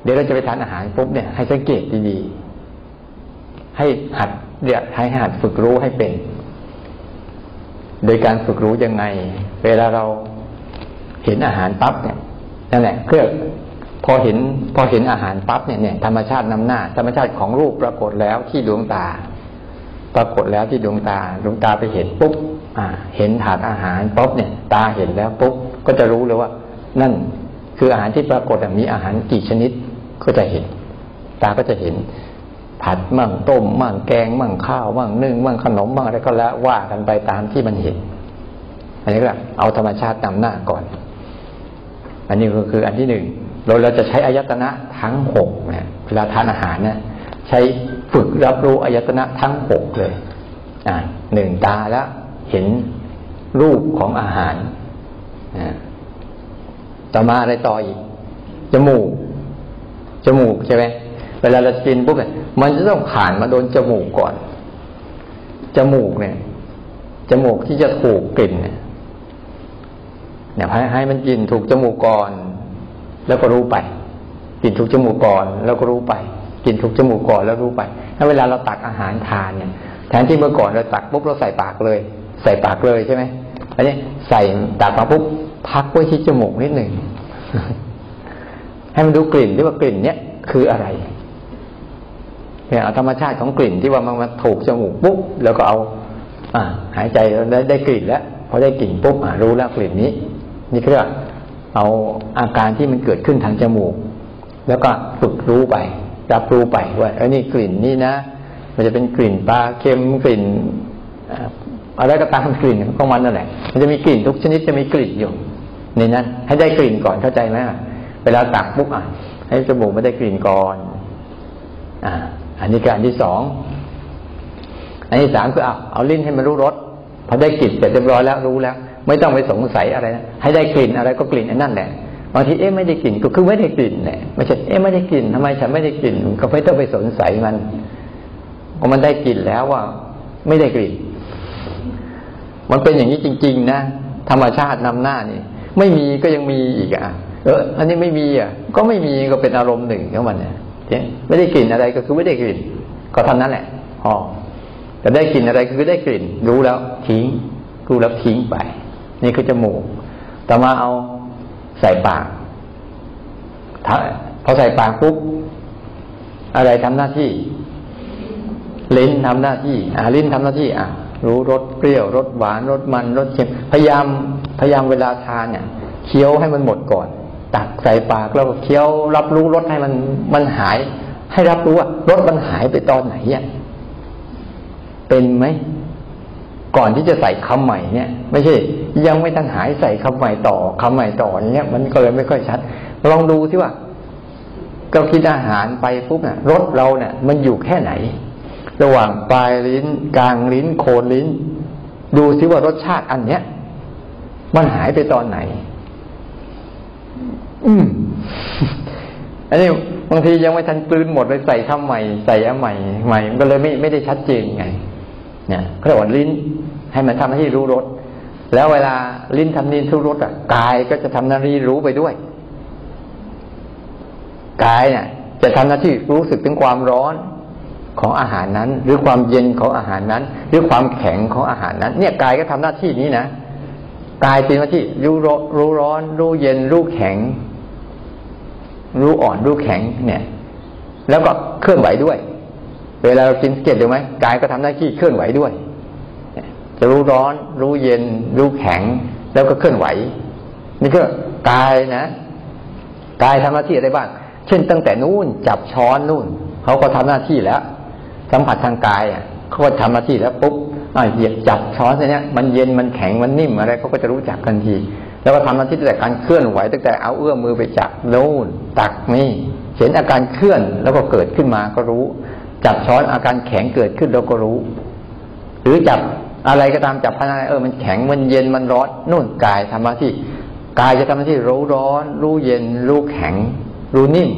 ดี๋ยวเราจะไปทานอาหารปุ๊บเนี่ยให้สังเกตดีๆให้หัดฝึกรู้ให้เป็นโดยการฝึกรู้ยังไงเวลาเราเห็นอาหารปั๊บเนี่ยนั่นแหละเพื่อพอเห็นอาหารปั๊บเนี่ยธรรมชาตินำหน้าธรรมชาติของรูปปรากฏแล้วที่ดวงตาปรากฏแล้วที่ดวงตาไปเห็นปุ๊บเห็นถาดอาหารปุ๊บเนี่ยตาเห็นแล้วปุ๊บก็จะรู้เลยว่านั่นคืออาหารที่ปรากฏมีอาหารกี่ชนิดก็จะเห็นตาก็จะเห็นผัดมั่งต้มมั่งแกงมั่งข้าวมั่งนึ่งมั่งขนมมั่งอะไรก็แล้วว่ากันไปตามที่มันเห็นอันนี้ก็เอาธรรมชาตินำหน้าก่อนอันนี้ก็คืออันที่หนึ่งเราจะใช้อายตนะทั้งหกเนี่ยเวลาทานอาหารเนี่ยใช้ฝึกรับรู้อายตนะทั้งหกเลยหนึ่งตาแล้วเห็นรูปของอาหารต่อมาอะไรต่ออีกจมูกใช่ไหมเวลาเรากินปุ๊บเนี่ยมันจะต้องผ่านมาโดนจมูกก่อนจมูกที่จะถูกกลิ่นเนี่ยให้มันกินถูกจมูกก่อนแล้วก็รู้ไปกินถูกจมูกก่อนแล้วก็รู้ไปกินถูกจมูกก่อนแล้วรู้ไปถ้าเวลาเราตักอาหารทานเนี่ยแทนที่เมื่อก่อนเราตักปุ๊บเราใส่ปากเลยใช่ไหมอันนี้ใส่ตักมาปุ๊บพักไว้ที่จมูกนิดหนึ่ง ให้มันดูกลิ่นที่ว่ากลิ่นเนี้ยคืออะไรเนี่ยเอาธรรมชาติของกลิ่นที่ว่ามันมาถูกจมูกปุ๊บแล้วก็เอาหายใจได้กลิ่นแล้วพอได้กลิ่นปุ๊บรู้แล้วกลิ่นนี้นี่เรียกเอาอาการที่มันเกิดขึ้นทางจมูกแล้วก็ฝึกรู้ไปรับรู้ไปว่านี่กลิ่นนี้นะมันจะเป็นกลิ่นปลาเค็มกลิ่นอะไรก็ตามกลิ่นของมันนั่นแหละมันจะมีกลิ่นทุกชนิดจะมีกลิ่นอยู่ในนั้นให้ได้กลิ่นก่อนเข้าใจไหมเวลาตักปุ๊บให้จมูกไม่ได้กลิ่นก่อนอันนี้คืออันที่สองอันที่สามคือเอาลิ้นให้มันรู้รสพอได้กลิ่นเสร็จเรียบร้อยแล้วรู้แล้วไม่ต้องไปสงสัยอะไรนะให้ได้กลิ่นอะไรก็กลิ่นนั่นแหละบางทีไม่ได้กลิ่นก็คือไม่ได้กลิ่นแหละไม่ใช่ไม่ได้กลิ่นทำไมฉันไม่ได้กลิ่นก็ไม่ต้องไปสงสัยมันก็มันได้กลิ่นแล้วว่าไม่ได้กลิ่นมันเป็นอย่างนี้จริงๆนะธรรมชาตินำหน้านี่ไม่มีก็ยังมีอีกอันนี้ไม่มีก็ไม่มีก็เป็นอารมณ์หนึ่งของมันเนี่ยไม่ได้กลิ่นอะไรก็คือไม่ได้กลิ่นก็เท่านั้นแหละแต่ได้กลิ่นอะไรคือได้กลิ่นรู้แล้วทิ้งรู้แล้วทิ้งไปนี่คือจมูกต่อมาเอาใส่ปากพอใส่ปากปุ๊บอะไรทำหน้าที่ลิ้นทำหน้าที่ลิ้นทำหน้าที่รู้รสเปรี้ยวรสหวานรสมันรสเค็มพยายามเวลาทานเนี่ยเคี้ยวให้มันหมดก่อนตักใส่ปากแล้วเคี้ยวรับรู้รสให้มันหายให้รับรู้ว่ารสมันหายไปตอนไหนเป็นไหมก่อนที่จะใส่คำใหม่เนี่ยไม่ใช่ยังไม่ทันหายใส่คำใหม่ต่ออย่างเงี้ยมันก็เลยไม่ค่อยชัดลองดูที่ว่าเรากินอาหารไปปุ๊บเนี่ยรสเราเนี่ยมันอยู่แค่ไหนระหว่างปลายลิ้นกลางลิ้นโคนลิ้นดูซิว่ารสชาติอันเนี้ยมันหายไปตอนไหนอันนี้บางทียังไม่ทันกลืนหมดเลยใส่คำใหม่ใส่อันใหม่มันก็เลยไม่ได้ชัดเจนไงเนี่ยเขาเรียกว่าลิ้นให้มันทำหน้าที่รู้รสแล้วเวลาลิ้นทำหน้าที่รู้รสกายก็จะทำหน้าที่รู้ไปด้วยกายเนี่ยจะทำหน้าที่รู้สึกถึงความร้อนของอาหารนั้นหรือความเย็นของอาหารนั้นหรือความแข็งของอาหารนั้นเนี่ยกายก็ทำหน้าที่นี้นะกายเป็นหน้าที่รู้ร้อนรู้เย็นรู้แข็งรู้อ่อนรู้แข็งเนี่ยแล้วก็เคลื่อนไหวด้วยเวลาเรากินเกล็ดดูไหมกายก็ทำหน้าที่เคลื่อนไหวด้วยจะรู้ร้อนรู้เย็นรู้แข็งแล้วก็เคลื่อนไหวนี่ก็กายนะกายทำหน้าที่อะไรบ้างเช่นตั้งแต่นู้นจับช้อนนู่นเขาก็ทำหน้าที่แล้วสัมผัสทางกายเขาก็ทำหน้าที่แล้วปุ๊บเหยียบจับช้อนเนี้ยมันเย็นมันแข็งมันนิ่มอะไรเขาก็จะรู้จักทันทีแล้วก็ทำหน้าที่ตั้งแต่การเคลื่อนไหวตั้งแต่เอาเอื้อมมือไปจับนู่นตักนี่เห็นอาการเคลื่อนแล้วก็เกิดขึ้นมาก็รู้จับช้อนอาการแข็งเกิดขึ้นเราก็รู้หรือจับอะไรก็ตามจับอะไรมันแข็งมันเย็นมันร้อนนู่นกายทำหน้าที่กายจะทำหน้าที่รู้ร้อนรู้เย็นรู้แข็งรู้นิ่ม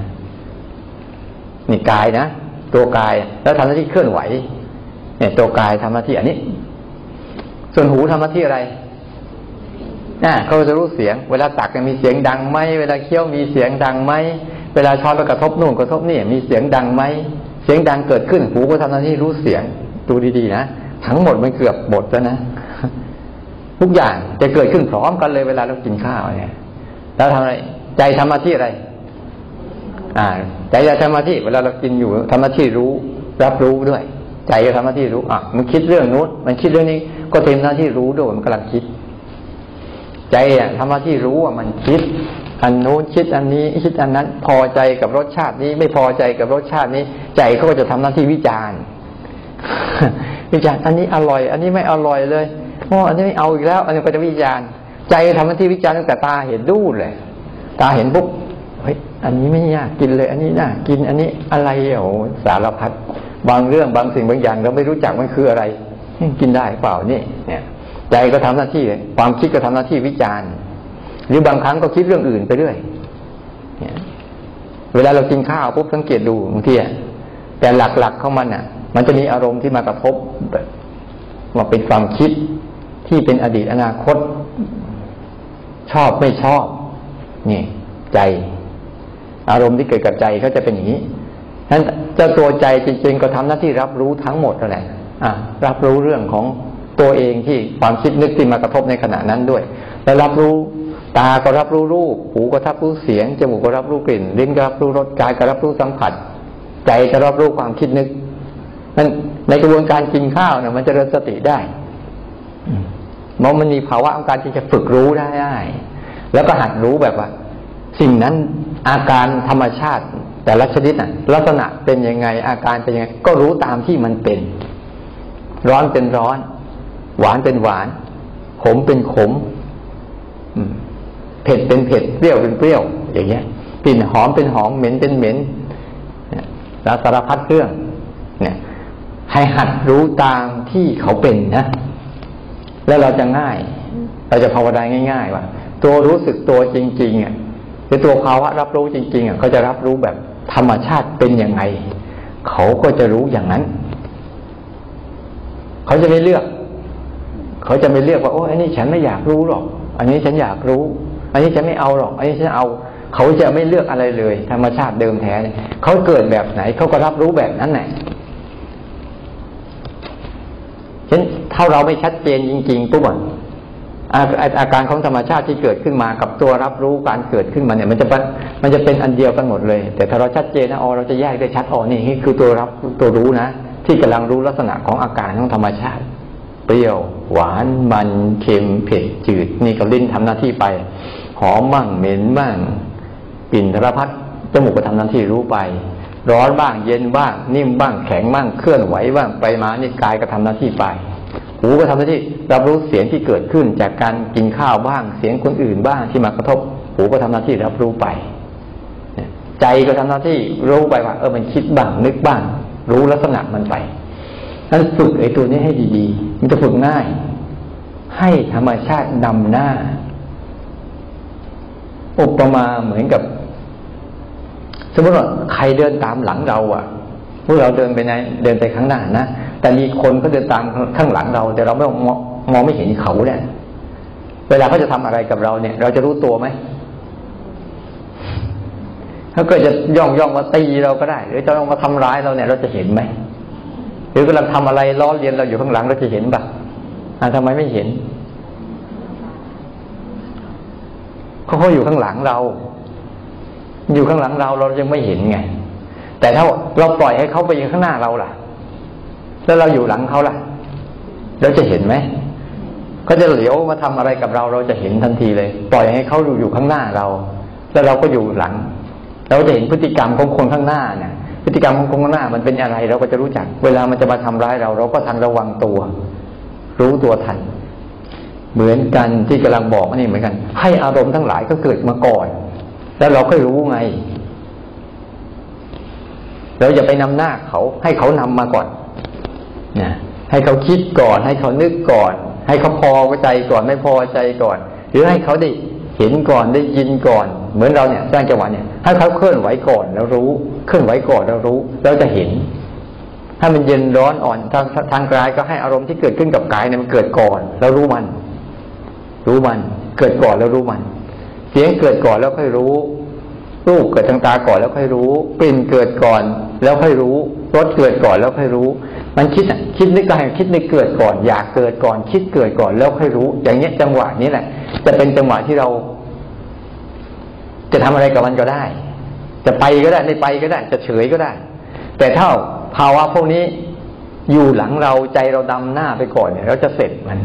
นี่กายนะตัวกายแล้วทำหน้าที่เคลื่อนไหวเนี่ยตัวกายทำหน้าที่อันนี้ส่วนหูทำหน้าที่อะไรเขาจะรู้เสียงเวลาตักมีเสียงดังไหมเวลาเคี้ยวมีเสียงดังไหมเวลาช้อนไปกระทบนู่นกระทบนี่มีเสียงดังไหมเสียงดังเกิดขึ้นหูก็ทำหน้าที่รู้เสียงดูดีๆนะทั้งหมดมันเกือบหมดแล้วนะทุกอย่างจะเกิดขึ้นพร้อมกันเลยเวลาเรากินข้าวเนี่ยแล้วทำอะไรใจทำหน้าที่อะไรใจจะทำหน้าที่เวลาเรากินอยู่ทำหน้าที่รู้รับรู้ด้วยใจก็ทำหน้าที่รู้มันคิดเรื่องนู้นมันคิดเรื่องนี้ก็ทำหน้าที่รู้ด้วยมันกำลังคิดใจทำหน้าที่รู้ว่ามันคิดอันโน้นคิดอันนี้คิดอันนั้นพอใจกับรสชาตินี้ไม่พอใจกับรสชาตินี้ใจเขาก็จะทำหน้าที่วิจารณ์ วิจารณ์อันนี้อร่อยอันนี้ไม่อร่อยเลยอันนี้ไม่เอาอีกแล้วอันนี้ก็จะวิจารณ์ใจทำหน้าที่วิจารณ์ตั้งแต่ตาเห็นรูปเลยตาเห็นปุ๊บเฮ้ยอันนี้ไม่น่ากินเลยอันนี้น่ากินอันนี้อะไรสารพัดบางเรื่องบางสิ่งบางอย่างเราไม่รู้จักมันคืออะไรกินได้เปล่านี่เนี่ยใจก็ทำหน้าที่ความคิดก็ทำหน้าที่วิจารณ์หรือบางครั้งก็คิดเรื่องอื่นไปเรื่อยเวลาเรากินข้าวปุ๊บสังเกตดูบางทีแต่หลักๆของมันมันจะมีอารมณ์ที่มากระทบว่าเป็นความคิดที่เป็นอดีตอนาคตชอบไม่ชอบนี่ใจอารมณ์ที่เกิดกับใจเขาจะเป็นอย่างนี้นั้นเจ้าตัวใจจริงๆก็ทำหน้าที่รับรู้ทั้งหมดนั่นแหละรับรู้เรื่องของตัวเองที่ความคิดนึกที่มากระทบในขณะนั้นด้วยแล้วรับรู้ตาก็รับรู้รูปหูก็รับรู้เสียงจมูกก็รับรู้กลิ่นลิ้นก็รับรู้รสกายก็รับรู้สัมผัสใจจะรับรู้ความคิดนึกนั้นในกระบวนการกินข้าวเนี่ยมันจะเริญสติได้มันมีภาวะของการที่จะฝึกรู้ได้แล้วก็หัดรู้แบบว่าสิ่งนั้นอาการธรรมชาติแต่ละชนิดลักษณะเป็นยังไงอาการเป็นยังไงก็รู้ตามที่มันเป็นร้อนเป็นร้อนหวานเป็นหวานขมเป็นขมเผ็ดเป็นเผ็ดเปรี้ยวเป็นเปรี้ยวอย่างเงี้ยกลิ่นหอมเป็นหอมเหม็นเป็นเหม็นแล้วสารพัดเรื่องเนี่ยให้หัดรู้ตามที่เขาเป็นนะแล้วเราจะง่ายเราจะภาวนาง่ายๆว่าตัวรู้สึกตัวจริงๆหรือตัวภาวะรับรู้จริงๆเขาจะรับรู้แบบธรรมชาติเป็นยังไงเขาก็จะรู้อย่างนั้นเขาจะไม่เลือกว่าโอ้อันนี้ฉันไม่อยากรู้หรอกอันนี้ฉันอยากรู้อันนี้ฉันไม่เอาหรอกอันนี้ฉันเอาเขาจะไม่เลือกอะไรเลยธรรมชาติเดิมแท้เนี่ยเขาเกิดแบบไหนเขาก็รับรู้แบบนั้นแหละฉะนั้นถ้าเราไม่ชัดเจนจริงๆปุ๊บอาการของธรรมชาติที่เกิดขึ้นมากับตัวรับรู้การเกิดขึ้นมาเนี่ยมันจะเป็นอันเดียวกันหมดเลยแต่ถ้าเราชัดเจนนะเราจะแยกได้ชัดนี่คือตัวรับตัวรู้นะที่กำลังรู้ลักษณะของอาการของธรรมชาติเปรี้ยวหวานมันเค็มเผ็ดจืดนี่ก็ลิ้นทำหน้าที่ไปหอมบ้างเหม็นบ้างกลิ่นสารพัดจมูกก็ทำหน้าที่รู้ไปร้อนบ้างเย็นบ้างนิ่มบ้างแข็งบ้างเคลื่อนไหวบ้างไปมานี่กายก็ทำหน้าที่ไปหูก็ทำหน้าที่รับรู้เสียงที่เกิดขึ้นจากการกินข้าวบ้างเสียงคนอื่นบ้างที่มากระทบหูก็ทำหน้าที่รับรู้ไปใจก็ทำหน้าที่รู้ไปว่ามันคิดบ้างนึกบ้างรู้ลักษณะมันไปนั้นฝึกตัวนี้ให้ดีๆมันจะฝึกง่ายให้ธรรมชาตินำหน้าอุปมาเหมือนกับสมมติว่าใครเดินตามหลังเราพวกเราเดินไปข้างหน้านะแต่มีคนเขาเดินตามข้างหลังเราแต่เรามองไม่เห็นเขาเนี่ยเวลาเขาจะทำอะไรกับเราเนี่ยเราจะรู้ตัวไหมถ้าเกิดจะย่องมาตีเราก็ได้หรือจะย่องมาทำร้ายเราเนี่ยเราจะเห็นไหมหรือกำลังทำอะไรล้อเลียนเราอยู่ข้างหลังเราจะเห็นป่ะทำไมไม่เห็นเขาอยู่ข้างหลังเราเรายังไม่เห็นไงแต่ถ้าเราปล่อยให้เขาไปอยู่ข้างหน้าเราล่ะแล้วเราอยู่หลังเขาล่ะเราจะเห็นไหมเขาจะเหลียวมาทำอะไรกับเราเราจะเห็นทันทีเลยปล่อยให้เขาอยู่ข้างหน้าเราแล้วเราก็อยู่หลังเราจะเห็นพฤติกรรมของคนข้างหน้าเนี่ยพฤติกรรมของคนข้างหน้ามันเป็นอะไรเราก็จะรู้จักเวลามันจะมาทำร้ายเราก็ทันระวังตัวรู้ตัวทันเหมือนกันที่กำลังบอกนี่เหมือนกันให้อารมณ์ทั้งหลายก็เกิดมาก่อนแล้วเราก็รู้ไงเราอย่าไปนำหน้าเขาให้เขานำมาก่อนนะให้เขาคิดก่อนให้เขานึกก่อนให้เขาพอใจก่อนไม่พอใจก่อนหรือให้เขาได้เห็นก่อนได้ยินก่อนเหมือนเราเนี่ยสร้างจังหวะเนี่ยให้เขาเคลื่อนไหวก่อนแล้วรู้เคลื่อนไหวก่อนแล้วรู้เราจะเห็นถ้ามันเย็นร้อนอ่อนทางกายก็ให้อารมณ์ที่เกิดขึ้นกับกายเนี่ยมันเกิดก่อนแล้วรู้มันเกิดก่อนแล้วรู้มันเสียงเกิดก่อนแล้วค่อยรู้รูปเกิดทางตาก่อนแล้วค่อยรู้กลิ่นเกิดก่อนแล้วค่อยรู้รสเกิดก่อนแล้วค่อยรู้มันคิดนึกได้คิดนึกเกิดก่อนอยากเกิดก่อนคิดเกิดก่อนแล้วค่อยรู้อย่างเงี้ยจังหวะนี้แหละจะเป็นจังหวะที่เราจะทำอะไรกับมันก็ได้จะไปก็ได้ไม่ไปก็ได้จะเฉยก็ได้แต่ถ้าภาวะพวกนี้อยู่หลังเราใจเราดำหน้าไปก่อนเนี่ยเราจะเสร็จมัน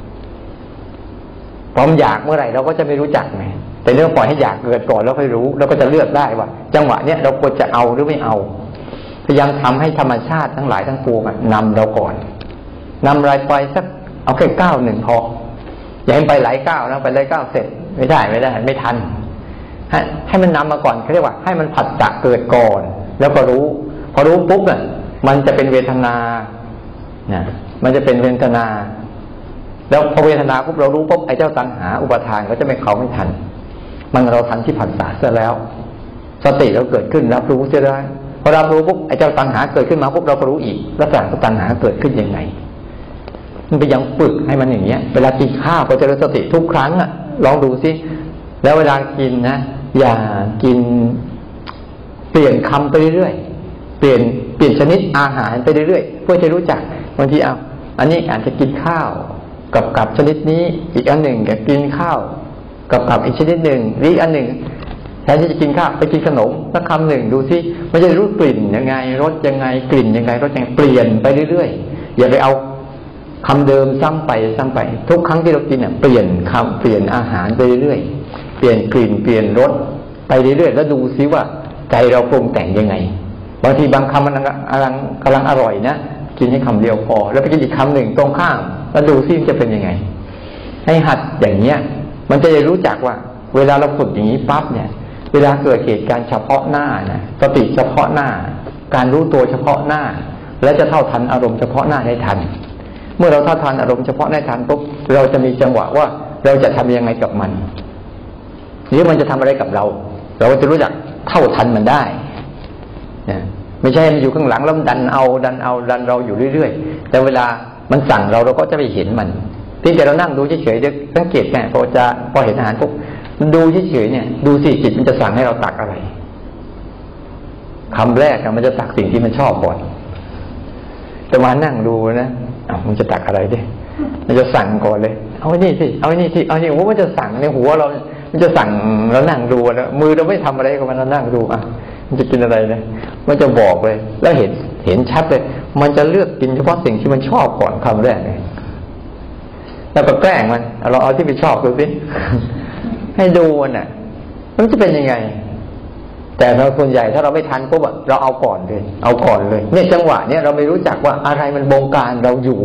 ความอยากเมื่อไหร่เราก็จะไม่รู้จักไงแต่เรื่องปล่อยให้อยากเกิดก่อนแล้วค่อยรู้เราก็จะเลือกได้ว่าจังหวะเนี้ยเราควรจะเอาหรือไม่เอาพยายามทำให้ธรรมชาติทั้งหลายทั้งปวงนำเราก่อนนำรายไปสักเอาแค่ก้าวหนึ่งพออย่าให้ไปหลายก้าวนะไปหลายก้าวเสร็จไม่ได้ไม่ทันให้มันนำมาก่อนเขาเรียกว่าให้มันผัสสะเกิดก่อนแล้วก็รู้พอรู้ปุ๊บเนี่ยมันจะเป็นเวทนามันจะเป็นเวทนาแล้วพอเวทนาปุ๊บเรารู้ปุ๊บไอ้เจ้าตัณหาอุปาทานก็จะไม่เข้าไม่ทันมันเราทันที่ผัสสะเสียแล้วสติเราเกิดขึ้นรับรู้เสียได้พอรับรู้ปุ๊บไอ้เจ้าตัณหาเกิดขึ้นมาปุ๊บเราก็รู้อีกลักษณะของตัณหาเกิดขึ้นยังไงมันไปยังฝึกให้มันอย่างเงี้ยเวลากินข้าวก็จะรู้สติทุกครั้งลองดูสิแล้วเวลากินนะอย่ากินเปลี่ยนคำไปเรื่อยๆเปลี่ยนชนิดอาหารไปเรื่อยๆเพื่อจะรู้จักบางทีอันนี้อาจจะกินข้าวกับชนิดนี้อีกอันหนึ่งก็กินข้าวกับอีกชนิดหนึ่งหรืออีกอันหนึ่งแทนที่จะกินข้าวไปกินขนมสักคำหนึ่งดูสิมันจะรู้กลิ่นยังไงรสยังไงกลิ่นยังไงรสยังไงเปลี่ยนไปเรื่อยๆอย่าไปเอาคำเดิมซ้ำไปทุกครั้งที่เรากินเปลี่ยนคำเปลี่ยนอาหารไปเรื่อยๆเปลี่ยนกลิ่นเปลี่ยนรสไปเรื่อยๆแล้วดูซิว่าใจเราปรุงแต่งยังไงบางทีบางคำมันกำลังอร่อยนะกินให้คำเดียวพอแล้วไปกินอีกคำหนึ่งตรงข้ามแล้วดูซิมันจะเป็นยังไงให้หัดอย่างเนี้ยมันจะได้รู้จักว่าเวลาเราฝึกอย่างนี้ปั๊บเนี่ยเวลาเกิดเหตุการณ์เฉพาะหน้านะสติเฉพาะหน้าการรู้ตัวเฉพาะหน้าและจะเท่าทันอารมณ์เฉพาะหน้าได้ทันเมื่อเราเท่าทันอารมณ์เฉพาะได้ทันปุ๊บเราจะมีจังหวะว่าเราจะทำยังไงกับมันหรือมันจะทำอะไรกับเราเราก็จะรู้จักเท่าทันมันได้นะไม่ใช่มันอยู่ข้างหลังแล้วดันเราอยู่เรื่อยๆแต่เวลามันสั่งเราก็จะไม่เห็นมันที่แต่เรานั่งดูเฉยๆเดี๋ยวสังเกตแค่พอเห็นอาหารปุ๊บดูเฉยๆเนี่ยดูสิจิตมันจะสั่งให้เราตักอะไรคำแรกมันจะตักสิ่งที่มันชอบก่อนแต่มานั่งดูนะมันจะตักอะไรดิมันจะสั่งก่อนเลยเอาไอ้นี่สิเอาไอ้นี่ที่เอานี่ว่ามันจะสั่งในหัวเรามันจะสั่งเรานั่งดูนะมือเราไม่ทำอะไรกับมันเรานั่งดูมันจะกินอะไรนะมันจะบอกเลยแล้วเห็นชัดเลยมันจะเลือกกินเฉพาะสิ่งที่มันชอบก่อนคำแรกเลยแล้วก็แกล้งมันเราเอาที่มันชอบดูสิให้ดูมันจะเป็นยังไงแต่เราส่วนใหญ่ถ้าเราไม่ทันปุ๊บเราเอาก่อนเลยเนี่ยจังหวะเนี้ยเราไม่รู้จักว่าอะไรมันบงการเราอยู่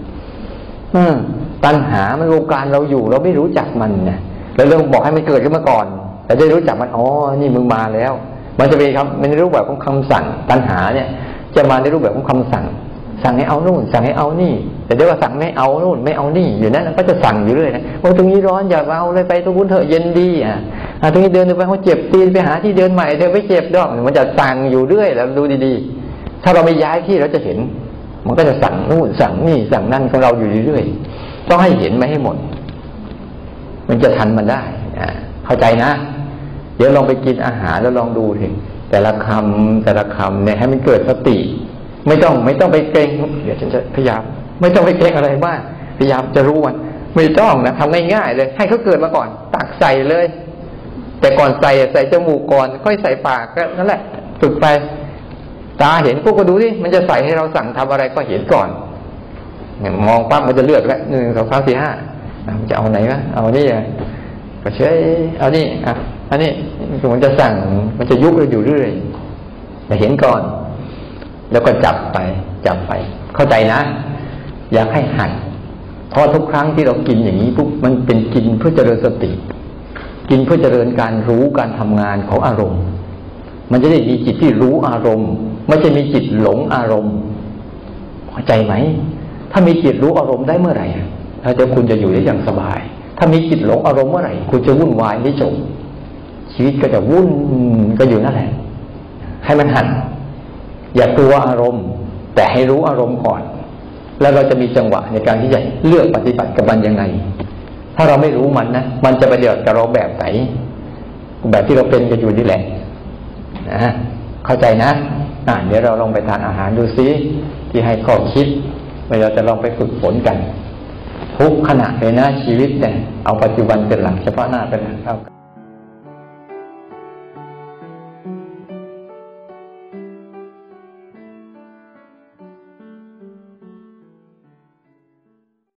ตัณหามันบงการเราอยู่เราไม่รู้จักมันนะแล้วเรื่องบอกให้มันเกิดขึ้นมาก่อนแต่ได้รู้จักมันนี่มึงมาแล้วมันจะเป็นมันในรูปแบบของคำสั่งตัณหาเนี่ยจะมาในรูปแบบของคำสั่งให้เอานู่นสั่งให้เอานี่แต่เดี๋ยวว่าสั่งไม่เอานู่นไม่เอานี่อยู่นั้นก็จะสั่งอยู่เรื่อยนะว่าตรงนี้ร้อนอย่าเอาเลยไปตรงนู้นเถอะเย็นดีตรงนี้เดินไปเขาเจ็บตีนไปหาที่เดินใหม่เธอไม่เจ็บดอกมันจะสั่งอยู่เรื่อยแล้วดูดีๆถ้าเราไม่ย้ายที่เราจะเห็นมันก็จะสั่งนู่นสั่งนี่สั่งนั่นของเราอยู่เรื่อยๆต้องให้เห็นไม่ให้หมดมันจะทันมันได้เข้าใจนะเดี๋ยวลองไปกินอาหารแล้วลองดูถึงแต่ละคำเนี่ยให้มันเกิดสติไม่ต้องไปเกรงเดี๋ยวฉันจะพยายามไม่ต้องไปเกรงอะไรมากพยายามจะรู้มันไม่ต้องนะทำง่ายๆเลยให้เขาเกิดมาก่อนตักใส่เลยแต่ก่อนใส่จมูกก่อนค่อยใส่ปากก็นั่นแหละฝึกไปตาเห็นพวกก็ดูดิมันจะใส่ให้เราสั่งทำอะไรก็เห็นก่อนมองปั๊บมันจะเลือกแล้ว1 2 3 4 5มันจะเอาไหนวะเอานี่ก็ใช้เอานี่อันนี้มันจะสั่งมันจะยุบเราอยู่เรื่อยแต่เห็นก่อนแล้วก็จับไปเข้าใจนะอยากให้หัดเพราะทุกครั้งที่เรากินอย่างนี้ปุ๊บมันเป็นกินเพื่อเจริญสติกินเพื่อเจริญการรู้การทำงานของอารมณ์มันจะได้มีจิตที่รู้อารมณ์ไม่ใช่มีจิตหลงอารมณ์เข้าใจไหมถ้ามีจิตรู้อารมณ์ได้เมื่อไหร่คุณจะอยู่ได้อย่างสบายถ้ามีจิตหลงอารมณ์เมื่อไหร่คุณจะวุ่นวายไม่จบชีวิตก็จะวุ่นก็อยู่นั่นแหละให้มันหัดอย่ากลัวอารมณ์แต่ให้รู้อารมณ์ก่อนแล้วเราจะมีจังหวะในการที่จะเลือกปฏิบัติกับมันยังไงถ้าเราไม่รู้มันนะมันจะไปเดือดกับเราแบบไหนแบบที่เราเป็นกันอยู่นี่แหละนะเข้าใจนะเดี๋ยวเราลองไปทานอาหารดูซิที่ให้ข้อคิดเราจะลองไปฝึกฝนกันทุกขณะเลยนะชีวิตเนี่ยเอาปัจจุบันเป็นหลักเฉพาะหน้าเป็นหลักเท่ากัน